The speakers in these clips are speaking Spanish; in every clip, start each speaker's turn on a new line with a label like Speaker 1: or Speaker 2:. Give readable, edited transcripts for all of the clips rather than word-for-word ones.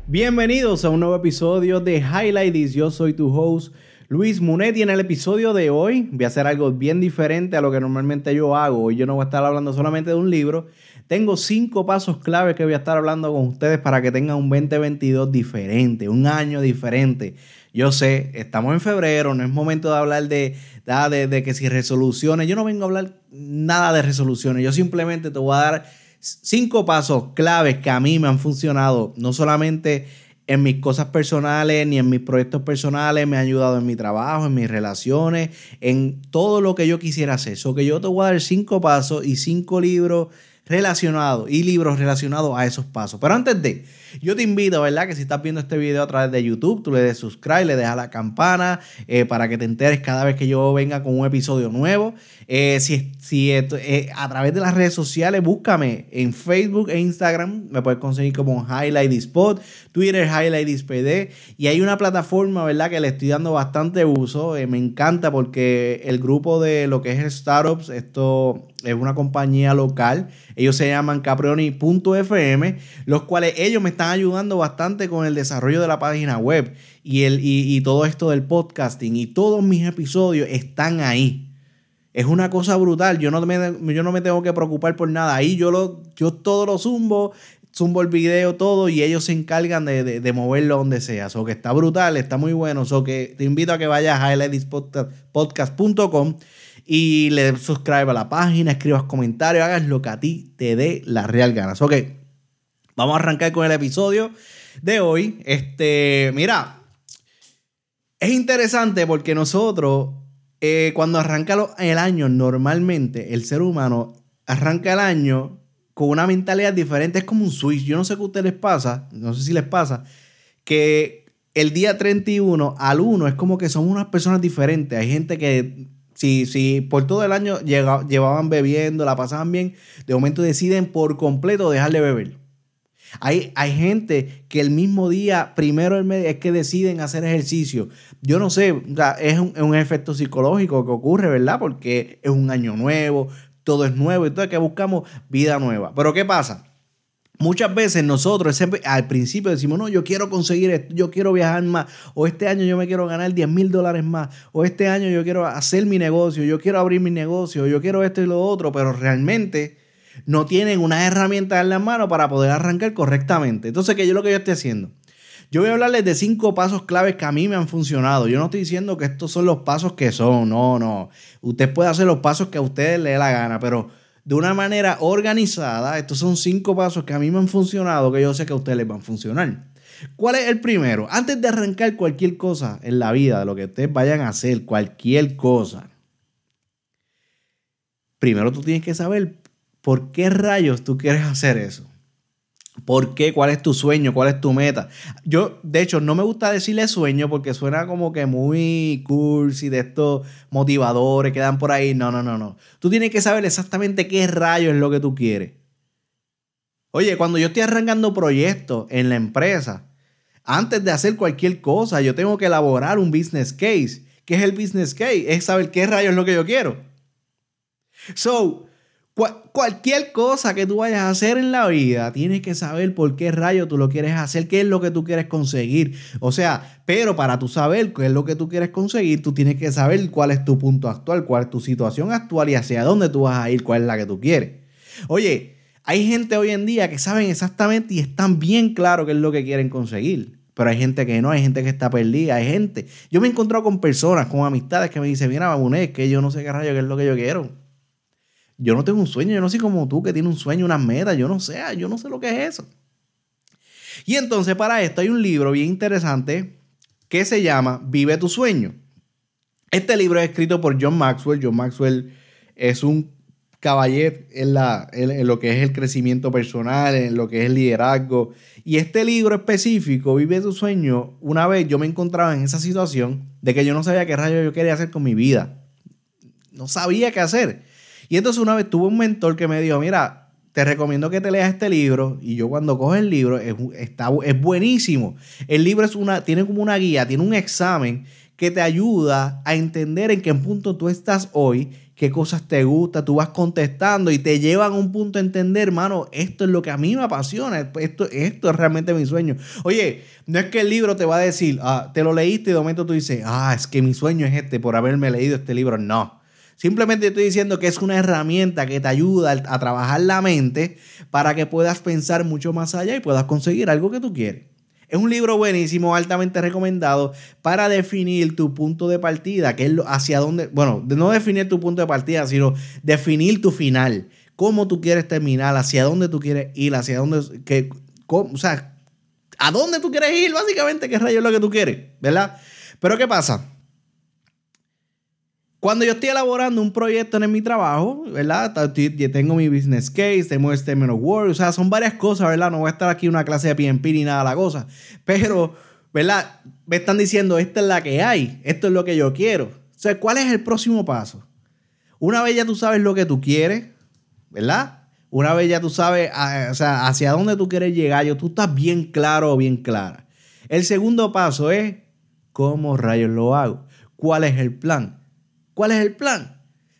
Speaker 1: Bienvenidos a un nuevo episodio de Highlights. Yo soy tu host, Luis Munet, y en el episodio de hoy voy a hacer algo bien diferente a lo que normalmente yo hago. Hoy yo no voy a estar hablando solamente de un libro. Tengo 5 pasos clave que voy a estar hablando con ustedes para que tengan un 2022 diferente, un año diferente. Yo sé, estamos en febrero, no es momento de hablar de que si resoluciones. Yo no vengo a hablar nada de resoluciones. Yo simplemente te voy a dar 5 pasos claves que a mí me han funcionado, no solamente en mis cosas personales ni en mis proyectos personales, me han ayudado en mi trabajo, en mis relaciones, en todo lo que yo quisiera hacer. So que yo te voy a dar 5 pasos y 5 libros relacionados a esos pasos. Pero antes de, yo te invito, ¿verdad? Que si estás viendo este video a través de YouTube, tú le des subscribe, le dejas la campana para que te enteres cada vez que yo venga con un episodio nuevo. A través de las redes sociales, búscame en Facebook e Instagram, me puedes conseguir como Highlights Spot, Twitter Highlights PD, y hay una plataforma, ¿verdad? Que le estoy dando bastante uso. Me encanta porque el grupo de lo que es Startups, esto es una compañía local, ellos se llaman Caprioni.fm, los cuales ellos me están ayudando bastante con el desarrollo de la página web y todo esto del podcasting, y todos mis episodios están ahí. Es una cosa brutal. Yo no me tengo que preocupar por nada. Ahí yo todo lo zumbo el video, todo, y ellos se encargan de moverlo donde sea. So que está brutal, está muy bueno. So que te invito a que vayas a highlightspodcast.com y le des subscribe a la página, escribas comentarios, hagas lo que a ti te dé la real gana. So que vamos a arrancar con el episodio de hoy. Mira, es interesante porque nosotros... cuando arranca el año, normalmente el ser humano arranca el año con una mentalidad diferente. Es como un switch. Yo no sé qué a ustedes les pasa, no sé si les pasa, que el día 31 al 1 es como que son unas personas diferentes. Hay gente que si por todo el año llevaban bebiendo, la pasaban bien, de momento deciden por completo dejar de beber. Hay gente que el mismo día, primero del mes, es que deciden hacer ejercicio. Yo no sé, o sea, es un efecto psicológico que ocurre, ¿verdad? Porque es un año nuevo, todo es nuevo, entonces que buscamos vida nueva. Pero ¿qué pasa? Muchas veces nosotros siempre, al principio decimos, no, yo quiero conseguir esto, yo quiero viajar más, o este año yo me quiero ganar $10,000 más, o este año yo quiero hacer mi negocio, yo quiero abrir mi negocio, yo quiero esto y lo otro, pero realmente no tienen unas herramientas en las manos para poder arrancar correctamente. Entonces, ¿qué es lo que yo estoy haciendo? Yo voy a hablarles de 5 pasos claves que a mí me han funcionado. Yo no estoy diciendo que estos son los pasos que son, no. Usted puede hacer los pasos que a usted le dé la gana, pero de una manera organizada. Estos son 5 pasos que a mí me han funcionado, que yo sé que a ustedes les van a funcionar. ¿Cuál es el primero? Antes de arrancar cualquier cosa en la vida, de lo que ustedes vayan a hacer, cualquier cosa, primero tú tienes que saber ¿por qué rayos tú quieres hacer eso? ¿Por qué? ¿Cuál es tu sueño? ¿Cuál es tu meta? Yo, de hecho, no me gusta decirle sueño porque suena como que muy cursi, de estos motivadores que dan por ahí. No. Tú tienes que saber exactamente qué rayos es lo que tú quieres. Oye, cuando yo estoy arrancando proyectos en la empresa, antes de hacer cualquier cosa, yo tengo que elaborar un business case. ¿Qué es el business case? Es saber qué rayos es lo que yo quiero. Cualquier cosa que tú vayas a hacer en la vida, tienes que saber por qué rayo tú lo quieres hacer, qué es lo que tú quieres conseguir. O sea, pero para tú saber qué es lo que tú quieres conseguir, tú tienes que saber cuál es tu punto actual, cuál es tu situación actual y hacia dónde tú vas a ir, cuál es la que tú quieres. Oye, hay gente hoy en ddía que saben exactamente y están bien claros qué es lo que quieren conseguir. Pero hay gente que no, hay gente que está perdida, hay gente. Yo me he encontrado con personas, con amistades que me dicen, mira, Babunet, que yo no sé qué rayo, qué es lo que yo quiero. Yo no tengo un sueño, yo no soy como tú que tiene un sueño, unas metas, yo no sé lo que es eso. Y entonces para esto hay un libro bien interesante que se llama Vive tu sueño. Este libro es escrito por John Maxwell. John Maxwell es un caballero en lo que es el crecimiento personal, en lo que es el liderazgo. Y este libro específico, Vive tu sueño, una vez yo me encontraba en esa situación de que yo no sabía qué rayos yo quería hacer con mi vida. No sabía qué hacer. Y entonces una vez tuve un mentor que me dijo, mira, te recomiendo que te leas este libro. Y yo cuando cojo el libro, es buenísimo. El libro tiene como una guía, tiene un examen que te ayuda a entender en qué punto tú estás hoy, qué cosas te gustan, tú vas contestando y te llevan a un punto a entender, hermano, esto es lo que a mí me apasiona, esto es realmente mi sueño. Oye, no es que el libro te va a decir, te lo leíste y de momento tú dices, es que mi sueño es este por haberme leído este libro. No. Simplemente estoy diciendo que es una herramienta que te ayuda a trabajar la mente para que puedas pensar mucho más allá y puedas conseguir algo que tú quieres. Es un libro buenísimo, altamente recomendado para definir tu punto de partida, que es hacia dónde, bueno, no definir tu punto de partida, sino definir tu final, cómo tú quieres terminar, hacia dónde tú quieres ir, hacia dónde, o sea, a dónde tú quieres ir, básicamente, qué rayos es lo que tú quieres, ¿verdad? Pero ¿qué pasa? Cuando yo estoy elaborando un proyecto en mi trabajo, ¿verdad? Yo tengo mi business case, tengo este statement of work, o sea, son varias cosas, ¿verdad? No voy a estar aquí en una clase de PNP ni nada de la cosa, pero, ¿verdad? Me están diciendo, esta es la que hay, esto es lo que yo quiero. O sea, ¿cuál es el próximo paso? Una vez ya tú sabes lo que tú quieres, ¿verdad? Una vez ya tú sabes, o sea, hacia dónde tú quieres llegar, tú estás bien claro o bien clara. El segundo paso es, ¿cómo rayos lo hago? ¿Cuál es el plan? ¿Cuál es el plan?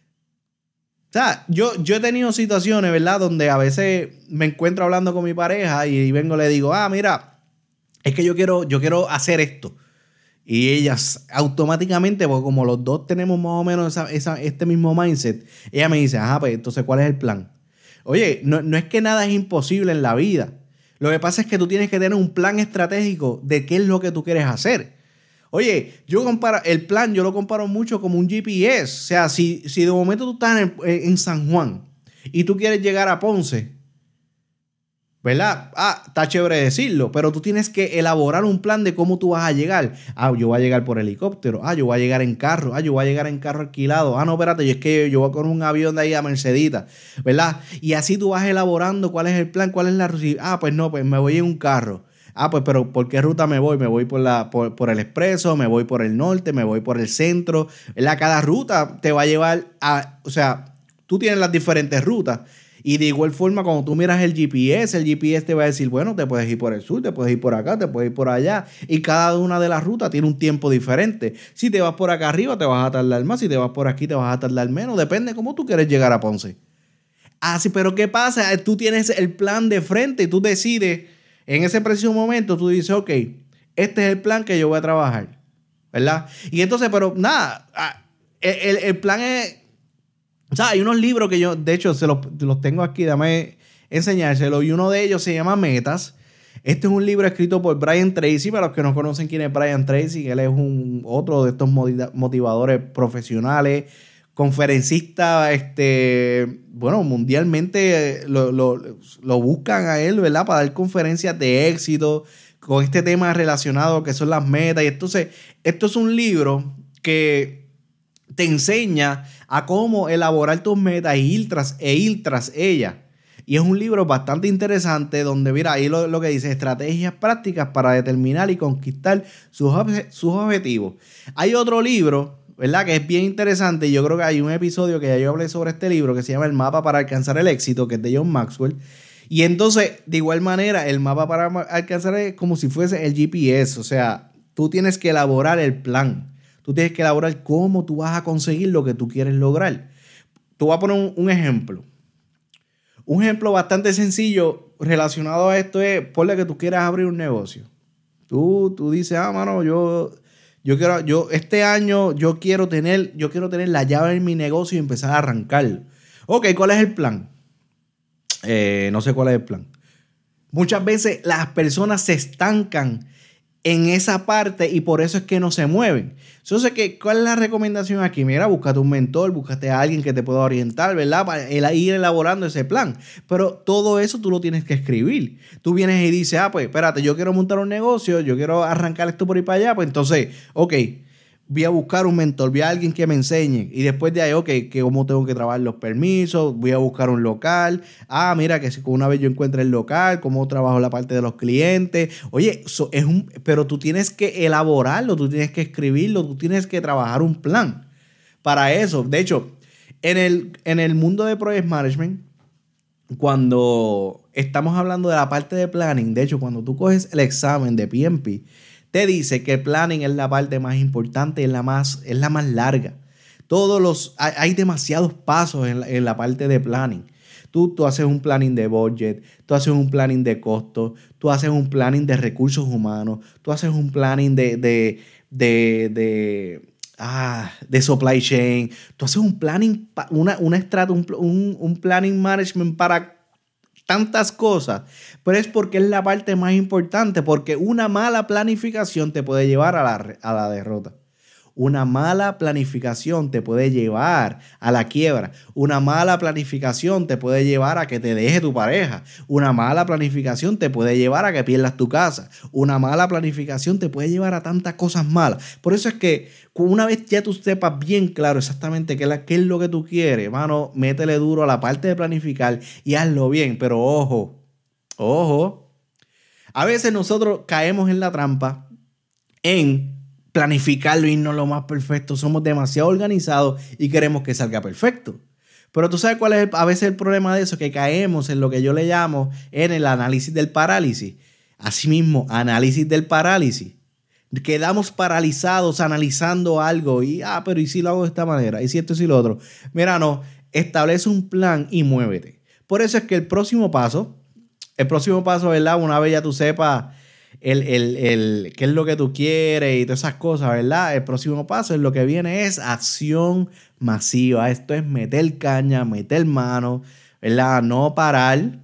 Speaker 1: O sea, yo he tenido situaciones, ¿verdad? Donde a veces me encuentro hablando con mi pareja y vengo y le digo, mira, es que yo quiero hacer esto. Y ellas automáticamente, porque como los dos tenemos más o menos este mismo mindset, ella me dice, pues entonces, ¿cuál es el plan? Oye, no es que nada es imposible en la vida. Lo que pasa es que tú tienes que tener un plan estratégico de qué es lo que tú quieres hacer. Oye, el plan yo lo comparo mucho como un GPS. O sea, si de momento tú estás en San Juan y tú quieres llegar a Ponce, ¿verdad? Está chévere decirlo, pero tú tienes que elaborar un plan de cómo tú vas a llegar. Yo voy a llegar por helicóptero. Yo voy a llegar en carro. Yo voy a llegar en carro alquilado. No, espérate, es que yo voy con un avión de ahí a Mercedita, ¿verdad? Y así tú vas elaborando cuál es el plan, cuál es la ruta. Pues no, pues me voy en un carro. Pues pero ¿por qué ruta me voy? Me voy por el expreso, me voy por el norte, me voy por el centro. ¿Verdad? Cada ruta te va a llevar o sea, tú tienes las diferentes rutas. Y de igual forma, cuando tú miras el GPS te va a decir, bueno, te puedes ir por el sur, te puedes ir por acá, te puedes ir por allá. Y cada una de las rutas tiene un tiempo diferente. Si te vas por acá arriba, te vas a tardar más. Si te vas por aquí, te vas a tardar menos. Depende de cómo tú quieres llegar a Ponce. Sí, pero ¿qué pasa? Tú tienes el plan de frente y tú decides, en ese preciso momento, tú dices, ok, este es el plan que yo voy a trabajar, ¿verdad? Y entonces, pero nada, el plan es... O sea, hay unos libros que yo, de hecho, los tengo aquí, dame enseñárselos. Y uno de ellos se llama Metas. Este es un libro escrito por Brian Tracy. Para los que no conocen quién es Brian Tracy, él es otro de estos motivadores profesionales, conferencista, bueno, mundialmente lo buscan a él, ¿verdad? Para dar conferencias de éxito con este tema relacionado que son las metas. Y entonces, esto es un libro que te enseña a cómo elaborar tus metas e ir tras ellas. Y es un libro bastante interesante donde, mira, ahí lo que dice, estrategias prácticas para determinar y conquistar sus objetivos. Hay otro libro, ¿verdad? Que es bien interesante. Y yo creo que hay un episodio que ya yo hablé sobre este libro que se llama El mapa para alcanzar el éxito, que es de John Maxwell. Y entonces, de igual manera, el mapa para alcanzar es como si fuese el GPS. O sea, tú tienes que elaborar el plan. Tú tienes que elaborar cómo tú vas a conseguir lo que tú quieres lograr. Te voy a poner un ejemplo. Un ejemplo bastante sencillo relacionado a esto es, ponle que tú quieras abrir un negocio. Tú dices, mano, este año yo quiero tener la llave en mi negocio y empezar a arrancarlo. Ok, ¿cuál es el plan? No sé cuál es el plan. Muchas veces las personas se estancan en esa parte y por eso es que no se mueven. Entonces, ¿cuál es la recomendación aquí? Mira, búscate un mentor, búscate a alguien que te pueda orientar, ¿verdad? Para ir elaborando ese plan. Pero todo eso tú lo tienes que escribir. Tú vienes y dices, pues espérate, yo quiero montar un negocio, yo quiero arrancar esto por ahí para allá. Pues entonces, ok, voy a buscar un mentor, voy a alguien que me enseñe. Y después de ahí, ok, que cómo tengo que trabajar los permisos, voy a buscar un local. Mira, que si una vez yo encuentre el local, cómo trabajo la parte de los clientes. Oye, pero tú tienes que elaborarlo, tú tienes que escribirlo, tú tienes que trabajar un plan para eso. De hecho, en el mundo de Project Management, cuando estamos hablando de la parte de planning, de hecho, cuando tú coges el examen de PMP, te dice que el planning es la parte más importante, es la más larga. Hay demasiados pasos en la parte de planning. Tú haces un planning de budget, tú haces un planning de costos, tú haces un planning de recursos humanos, tú haces un planning de supply chain, tú haces un planning, un planning management para tantas cosas, pero es porque es la parte más importante, porque una mala planificación te puede llevar a la derrota. Una mala planificación te puede llevar a la quiebra. Una mala planificación te puede llevar a que te deje tu pareja. Una mala planificación te puede llevar a que pierdas tu casa. Una mala planificación te puede llevar a tantas cosas malas. Por eso es que una vez ya tú sepas bien claro exactamente qué es lo que tú quieres, hermano, métele duro a la parte de planificar y hazlo bien. Pero ojo, a veces nosotros caemos en la trampa en planificarlo y no lo más perfecto. Somos demasiado organizados y queremos que salga perfecto. Pero tú sabes cuál es a veces el problema de eso, que caemos en lo que yo le llamo en el análisis del parálisis. Asimismo, análisis del parálisis. Quedamos paralizados analizando algo y, pero ¿y si lo hago de esta manera? ¿Y si esto y si lo otro? Mira, no, establece un plan y muévete. Por eso es que el próximo paso, ¿verdad? Una vez ya tú sepas qué es lo que tú quieres y todas esas cosas, ¿verdad? El próximo paso es lo que viene es acción masiva. Esto es meter caña, meter mano, ¿verdad? No parar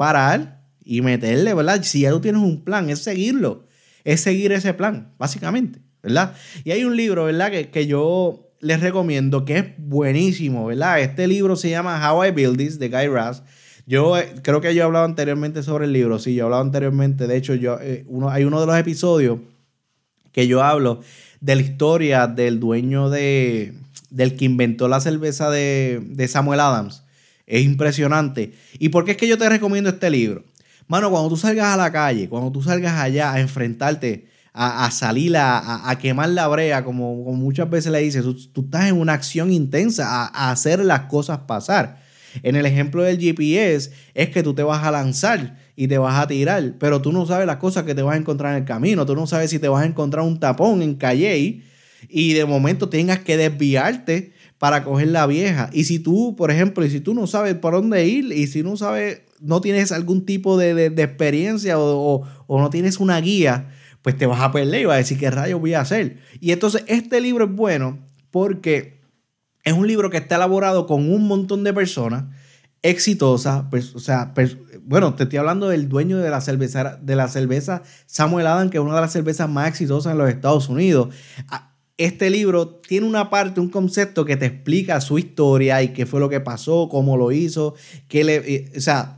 Speaker 1: y meterle, ¿verdad? Si ya tú tienes un plan, es seguirlo. Es seguir ese plan, básicamente, ¿verdad? Y hay un libro, ¿verdad? Que yo les recomiendo que es buenísimo, ¿verdad? Este libro se llama How I Built This, de Guy Raz. Yo creo que yo he hablado anteriormente sobre el libro. Sí, yo he hablado anteriormente. De hecho, hay uno de los episodios que yo hablo de la historia del dueño del que inventó la cerveza de Samuel Adams. Es impresionante. ¿Y por qué es que yo te recomiendo este libro? Mano, cuando tú salgas a la calle, cuando tú salgas allá a enfrentarte, a salir a quemar la brea, como muchas veces le dices, tú estás en una acción intensa a hacer las cosas pasar. En el ejemplo del GPS es que tú te vas a lanzar y te vas a tirar, pero tú no sabes las cosas que te vas a encontrar en el camino. Tú no sabes si te vas a encontrar un tapón en Calle y de momento tengas que desviarte para coger la vieja. Y si tú, por ejemplo, si tú no sabes por dónde ir y si no sabes, no tienes algún tipo de experiencia o no tienes una guía, pues te vas a perder y vas a decir qué rayos voy a hacer. Y entonces este libro es bueno porque es un libro que está elaborado con un montón de personas exitosas. Bueno, te estoy hablando del dueño de la cerveza Samuel Adams, que es una de las cervezas más exitosas en los Estados Unidos. Este libro tiene una parte, un concepto que te explica su historia y qué fue lo que pasó, cómo lo hizo, que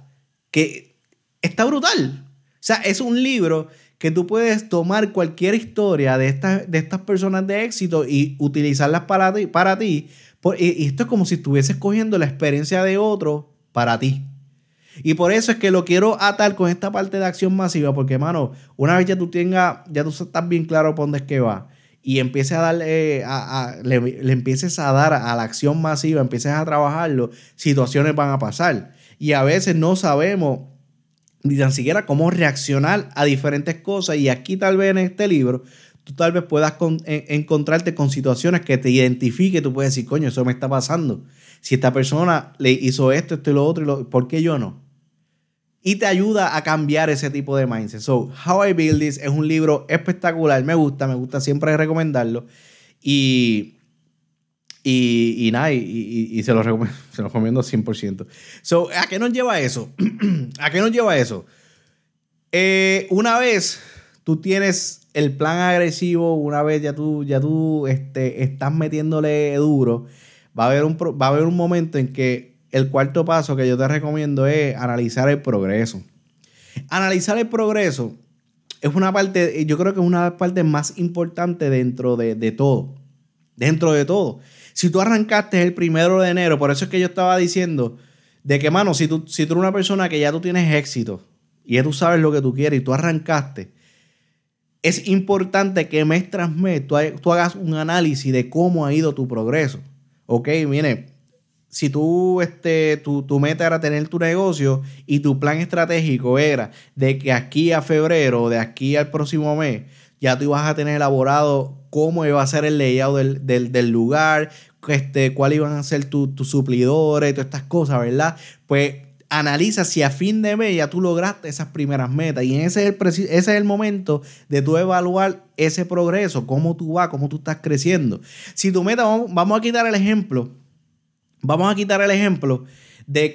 Speaker 1: está brutal. O sea, es un libro que tú puedes tomar cualquier historia de estas personas de éxito y utilizarlas para ti. Y esto es como si estuvieses cogiendo la experiencia de otro para ti. Y por eso es que lo quiero atar con esta parte de acción masiva, porque, mano, una vez ya tú estás bien claro por dónde es que va y empieces a darle, le empieces a dar a la acción masiva, empieces a trabajarlo, situaciones van a pasar. Y a veces no sabemos ni tan siquiera cómo reaccionar a diferentes cosas. Y aquí tal vez en este libro tú tal vez puedas encontrarte con situaciones que te identifique. Tú puedes decir, coño, eso me está pasando. Si esta persona le hizo esto y lo otro, ¿por qué yo no? Y te ayuda a cambiar ese tipo de mindset. So, How I Built This es un libro espectacular. Me gusta siempre recomendarlo. Y nada, y se lo recomiendo 100%. So, ¿a qué nos lleva eso? ¿A qué nos lleva eso? Una vez tú tienes el plan agresivo, una vez ya tú estás metiéndole duro, va a haber un momento en que el cuarto paso que yo te recomiendo es analizar el progreso. Analizar el progreso es una parte, yo creo que es una parte más importante dentro de todo. Dentro de todo. Si tú arrancaste el 1 de enero, por eso es que yo estaba diciendo de que, mano, si tú eres una persona que ya tú tienes éxito y ya tú sabes lo que tú quieres y tú arrancaste, es importante que mes tras mes tú hagas un análisis de cómo ha ido tu progreso. Ok, mire, si tu meta era tener tu negocio y tu plan estratégico era de que aquí a febrero o de aquí al próximo mes ya tú vas a tener elaborado cómo iba a ser el layout del lugar, cuáles iban a ser tus suplidores, todas estas cosas, ¿verdad? Pues analiza si a fin de mes ya tú lograste esas primeras metas y ese es el momento de tú evaluar ese progreso, cómo tú vas, cómo tú estás creciendo. Si tu meta, vamos a quitar el ejemplo de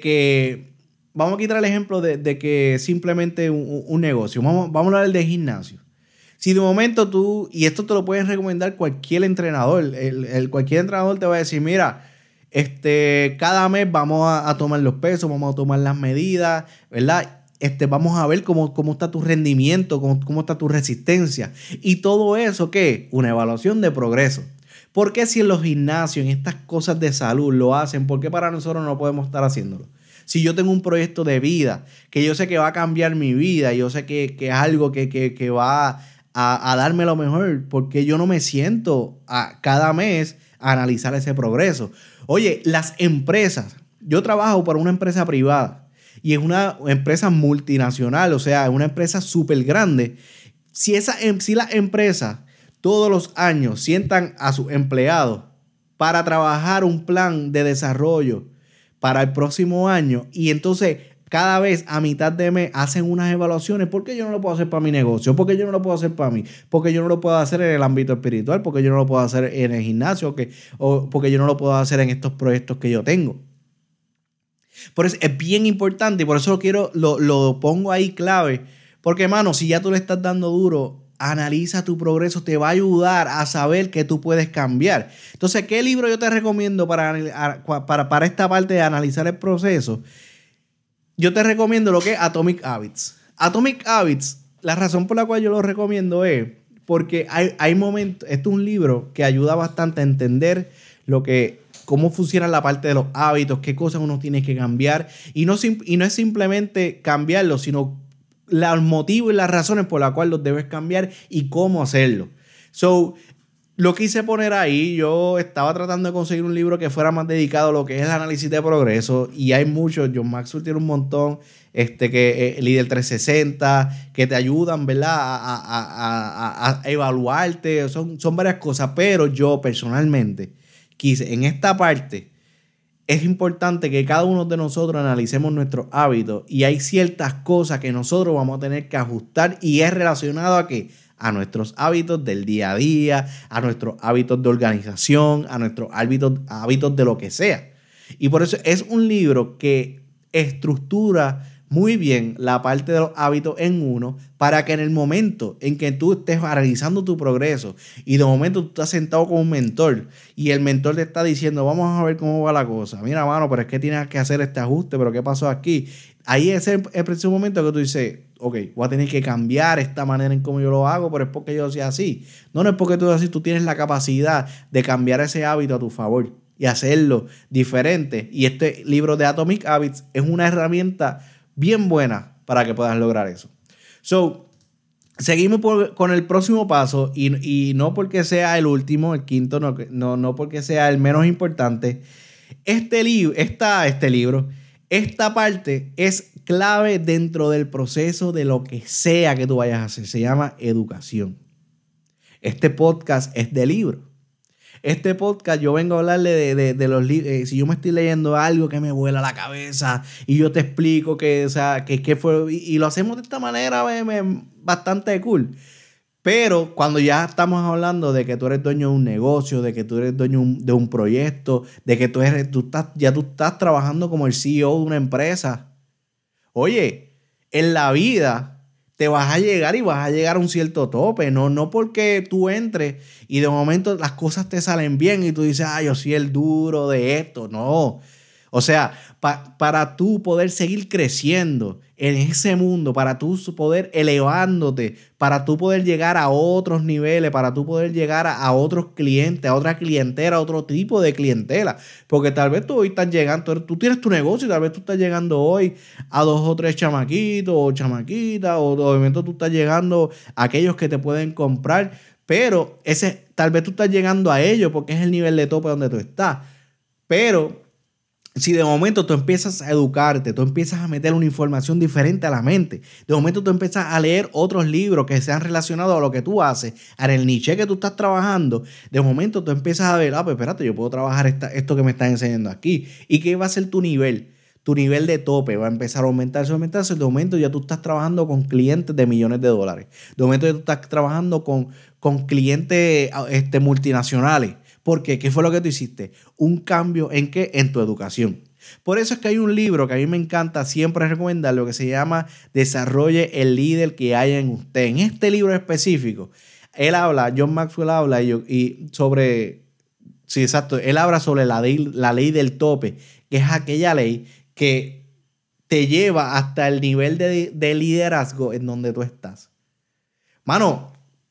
Speaker 1: que simplemente un negocio. Vamos a hablar de gimnasio. Si de momento tú, y esto te lo puedes recomendar cualquier entrenador, cualquier entrenador te va a decir, mira, cada mes vamos a tomar los pesos, vamos a tomar las medidas, ¿verdad? Vamos a ver cómo está tu rendimiento, cómo está tu resistencia. Y todo eso, ¿qué? Una evaluación de progreso. ¿Por qué si en los gimnasios, en estas cosas de salud lo hacen? ¿Por qué para nosotros no podemos estar haciéndolo? Si yo tengo un proyecto de vida, que yo sé que va a cambiar mi vida, yo sé que es algo que va a darme lo mejor, porque yo no me siento cada mes a analizar ese progreso. Oye, las empresas, yo trabajo para una empresa privada y es una empresa multinacional, o sea, es una empresa súper grande. Si las empresas todos los años sientan a sus empleados para trabajar un plan de desarrollo para el próximo año y entonces cada vez a mitad de mes hacen unas evaluaciones, ¿por qué yo no lo puedo hacer para mi negocio? ¿Por qué yo no lo puedo hacer para mí? ¿Por qué yo no lo puedo hacer en el ámbito espiritual? ¿Por qué yo no lo puedo hacer en el gimnasio? ¿O por qué yo no lo puedo hacer en estos proyectos que yo tengo? Por eso es bien importante y por eso lo pongo ahí clave. Porque, hermano, si ya tú le estás dando duro, analiza tu progreso, te va a ayudar a saber que tú puedes cambiar. Entonces, ¿qué libro yo te recomiendo para esta parte de analizar el proceso? Yo te recomiendo lo que es Atomic Habits. Atomic Habits, la razón por la cual yo lo recomiendo es porque hay momentos, esto es un libro que ayuda bastante a entender cómo funciona la parte de los hábitos, qué cosas uno tiene que cambiar. Y no es simplemente cambiarlo, sino los motivos y las razones por las cuales los debes cambiar y cómo hacerlo. Lo quise poner ahí. Yo estaba tratando de conseguir un libro que fuera más dedicado a lo que es el análisis de progreso. Y hay muchos. John Maxwell tiene un montón. Líder 360, que te ayudan, ¿verdad? A evaluarte. Son varias cosas. Pero yo personalmente quise, en esta parte, es importante que cada uno de nosotros analicemos nuestros hábitos. Y hay ciertas cosas que nosotros vamos a tener que ajustar. Y es relacionado a ¿qué? A nuestros hábitos del día a día, a nuestros hábitos de organización, a nuestros hábitos de lo que sea. Y por eso es un libro que estructura muy bien la parte de los hábitos en uno para que en el momento en que tú estés analizando tu progreso y de momento tú estás sentado con un mentor y el mentor te está diciendo, vamos a ver cómo va la cosa. Mira, mano, pero es que tienes que hacer este ajuste, pero ¿qué pasó aquí? Ahí es el preciso momento que tú dices, ok, voy a tener que cambiar esta manera en cómo yo lo hago, pero es porque yo sea así. No es porque tú seas así, tú tienes la capacidad de cambiar ese hábito a tu favor y hacerlo diferente. Y este libro de Atomic Habits es una herramienta bien buena para que puedas lograr eso. Seguimos con el próximo paso y no porque sea el último, el quinto, no porque sea el menos importante. Esta parte es clave dentro del proceso de lo que sea que tú vayas a hacer. Se llama educación. Este podcast es de libros. Este podcast yo vengo a hablarle de los libros. Si yo me estoy leyendo algo que me vuela la cabeza y yo te explico que fue y lo hacemos de esta manera bastante cool. Pero cuando ya estamos hablando de que tú eres dueño de un negocio, de que tú eres dueño de un proyecto, de que tú estás trabajando como el CEO de una empresa. Oye, en la vida te vas a llegar a un cierto tope. No porque tú entres y de momento las cosas te salen bien y tú dices, yo soy el duro de esto. No. O sea, para tú poder seguir creciendo en ese mundo, para tú poder elevándote, para tú poder llegar a otros niveles, para tú poder llegar a otros clientes, a otra clientela, a otro tipo de clientela. Porque tal vez tú hoy estás llegando, tú tienes tu negocio y tal vez tú estás llegando hoy a 2 o 3 chamaquitos o chamaquitas, o obviamente tú estás llegando a aquellos que te pueden comprar, pero tal vez tú estás llegando a ellos porque es el nivel de tope donde tú estás. Pero Si de momento tú empiezas a educarte, tú empiezas a meter una información diferente a la mente, de momento tú empiezas a leer otros libros que sean relacionados a lo que tú haces, en el niche que tú estás trabajando, de momento tú empiezas a ver, pues espérate, yo puedo trabajar esto que me están enseñando aquí. ¿Y qué va a ser tu nivel? Tu nivel de tope va a empezar a aumentarse. De momento ya tú estás trabajando con clientes de millones de dólares. De momento ya tú estás trabajando con clientes multinacionales. ¿Por qué? ¿Qué fue lo que tú hiciste? Un cambio ¿en qué? En tu educación. Por eso es que hay un libro que a mí me encanta siempre recomendar, lo que se llama Desarrolle el líder que haya en usted. En este libro específico, John Maxwell habla y sobre, sí, exacto, él habla sobre la ley del tope, que es aquella ley que te lleva hasta el nivel de liderazgo en donde tú estás. Mano,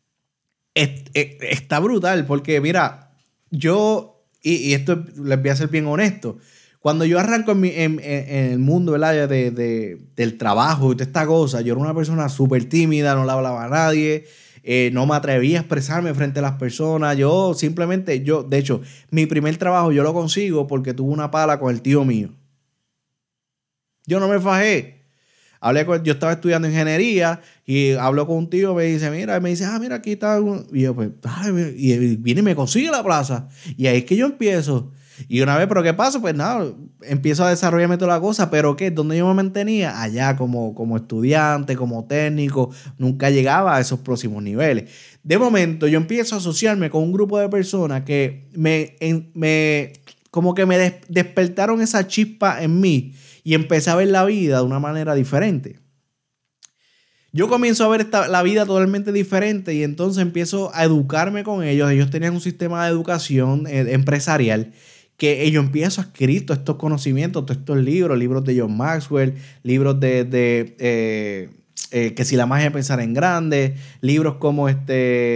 Speaker 1: está brutal porque mira, yo, y esto les voy a ser bien honesto, cuando yo arranco en el mundo, ¿verdad? Del trabajo y toda esta cosa, yo era una persona súper tímida, no le hablaba a nadie, no me atrevía a expresarme frente a las personas. De hecho, mi primer trabajo yo lo consigo porque tuve una pala con el tío mío. Yo no me fajé. Yo estaba estudiando ingeniería y hablo con un tío, me dice, mira, aquí está. Y yo, pues, y viene y me consigue la plaza. Y ahí es que yo empiezo. Y una vez, ¿pero qué pasa? Pues nada, empiezo a desarrollarme toda la cosa, pero ¿qué? ¿Dónde yo me mantenía? Allá como estudiante, como técnico, nunca llegaba a esos próximos niveles. De momento, yo empiezo a asociarme con un grupo de personas que como que me despertaron esa chispa en mí y empecé a ver la vida de una manera diferente. Yo comienzo a ver la vida totalmente diferente y entonces empiezo a educarme con ellos. Ellos tenían un sistema de educación empresarial que yo empiezo a adquirir todos estos conocimientos, todos estos libros de John Maxwell, libros que si la magia de pensar en grande, libros como el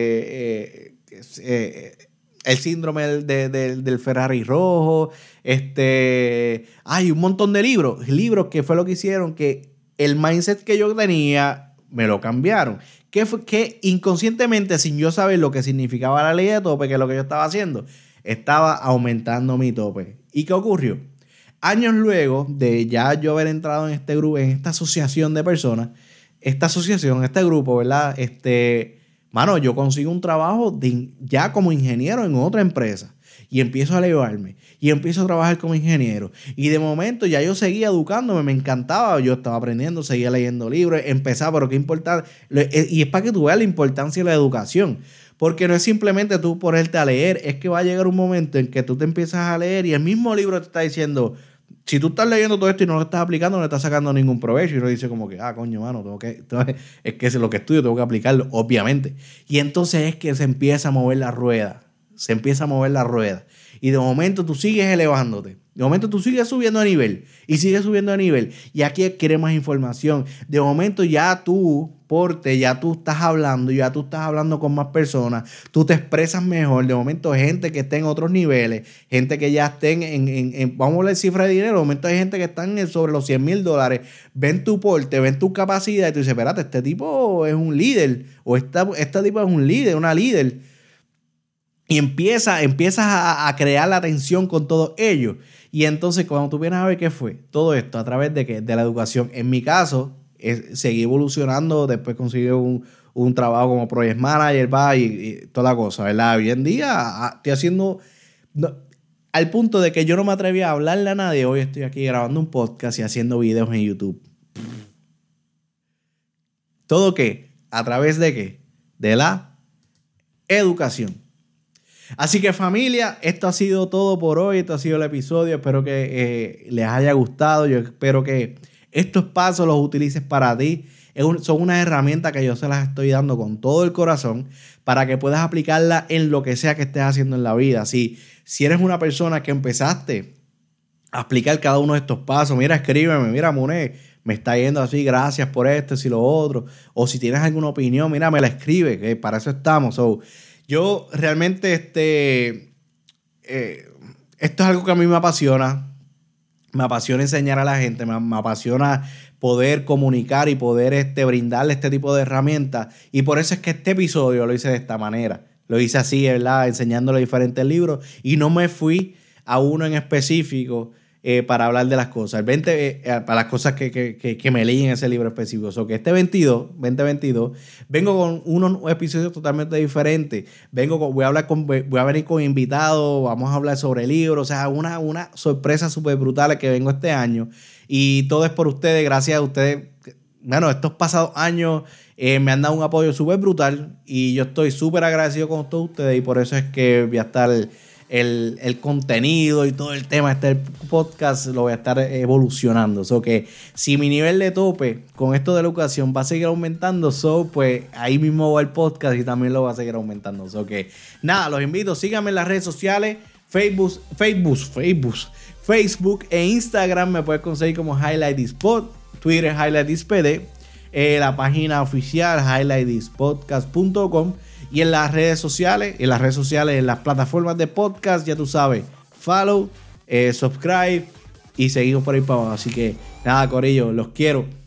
Speaker 1: síndrome del Ferrari rojo, hay un montón de libros que fue lo que hicieron que el mindset que yo tenía me lo cambiaron. Que inconscientemente, sin yo saber lo que significaba la ley de tope, que es lo que yo estaba haciendo, estaba aumentando mi tope. ¿Y qué ocurrió? Años luego de ya yo haber entrado en este grupo, en esta asociación de personas, este grupo, ¿verdad? Mano, yo consigo un trabajo ya como ingeniero en otra empresa y empiezo a elevarme y empiezo a trabajar como ingeniero. Y de momento ya yo seguía educándome, me encantaba, yo estaba aprendiendo, seguía leyendo libros, empezaba, pero qué importante. Y es para que tú veas la importancia de la educación. Porque no es simplemente tú ponerte a leer, es que va a llegar un momento en que tú te empiezas a leer y el mismo libro te está diciendo, si tú estás leyendo todo esto y no lo estás aplicando, no le estás sacando ningún provecho. Y uno dice como que, coño, mano, es que es lo que estudio, tengo que aplicarlo, obviamente. Y entonces es que se empieza a mover la rueda. Y de momento tú sigues elevándote. De momento tú sigues subiendo de nivel. Y aquí adquiere más información. De momento ya tú estás hablando con más personas. Tú te expresas mejor. De momento hay gente que está en otros niveles. Gente que ya estén vamos a hablar de cifra de dinero. De momento hay gente que están sobre los $100,000. Ven tu porte, ven tu capacidad. Y tú dices, espérate, este tipo es un líder. O esta tipo es un líder, una líder. Y empiezas a crear la tensión con todo ello. Y entonces cuando tú vienes a ver qué fue todo esto, a través de ¿qué? De la educación. En mi caso, seguí evolucionando. Después conseguí un trabajo como project manager, y toda la cosa, ¿verdad? Hoy en día estoy haciendo... al punto de que yo no me atreví a hablarle a nadie. Hoy estoy aquí grabando un podcast y haciendo videos en YouTube. ¿Todo qué? ¿A través de qué? De la educación. Así que familia, esto ha sido todo por hoy. Esto ha sido el episodio. Espero que les haya gustado. Yo espero que estos pasos los utilices para ti. Son unas herramientas que yo se las estoy dando con todo el corazón para que puedas aplicarla en lo que sea que estés haciendo en la vida. Si eres una persona que empezaste a aplicar cada uno de estos pasos, mira, escríbeme, mira, Muné, me está yendo así, gracias por esto y lo otro. O si tienes alguna opinión, mira, me la escribe, que para eso estamos. Yo realmente esto es algo que a mí me apasiona. Me apasiona enseñar a la gente, me apasiona poder comunicar y poder brindarle este tipo de herramientas. Y por eso es que este episodio lo hice de esta manera. Lo hice así, ¿verdad? Enseñándole diferentes libros. Y no me fui a uno en específico para hablar de las cosas. Para las cosas que me leí en ese libro específico. So que este 2022, vengo con unos episodios totalmente diferentes. Voy a venir con invitados, vamos a hablar sobre libros, o sea, una sorpresa súper brutal que vengo este año. Y todo es por ustedes, gracias a ustedes. Bueno, estos pasados años me han dado un apoyo súper brutal y yo estoy súper agradecido con todos ustedes y por eso es que voy a estar el contenido y todo el tema de este podcast lo voy a estar evolucionando. So que si mi nivel de tope con esto de la educación va a seguir aumentando, pues ahí mismo va el podcast y también lo va a seguir aumentando. So que nada, los invito, síganme en las redes sociales, Facebook e Instagram me puedes conseguir como Highlight This Pod, Twitter Highlight This PD, la página oficial highlightthispodcast.com y en las redes sociales, en las plataformas de podcast, ya tú sabes, follow, subscribe y seguimos por ahí para abajo. Así que nada, corillo, los quiero.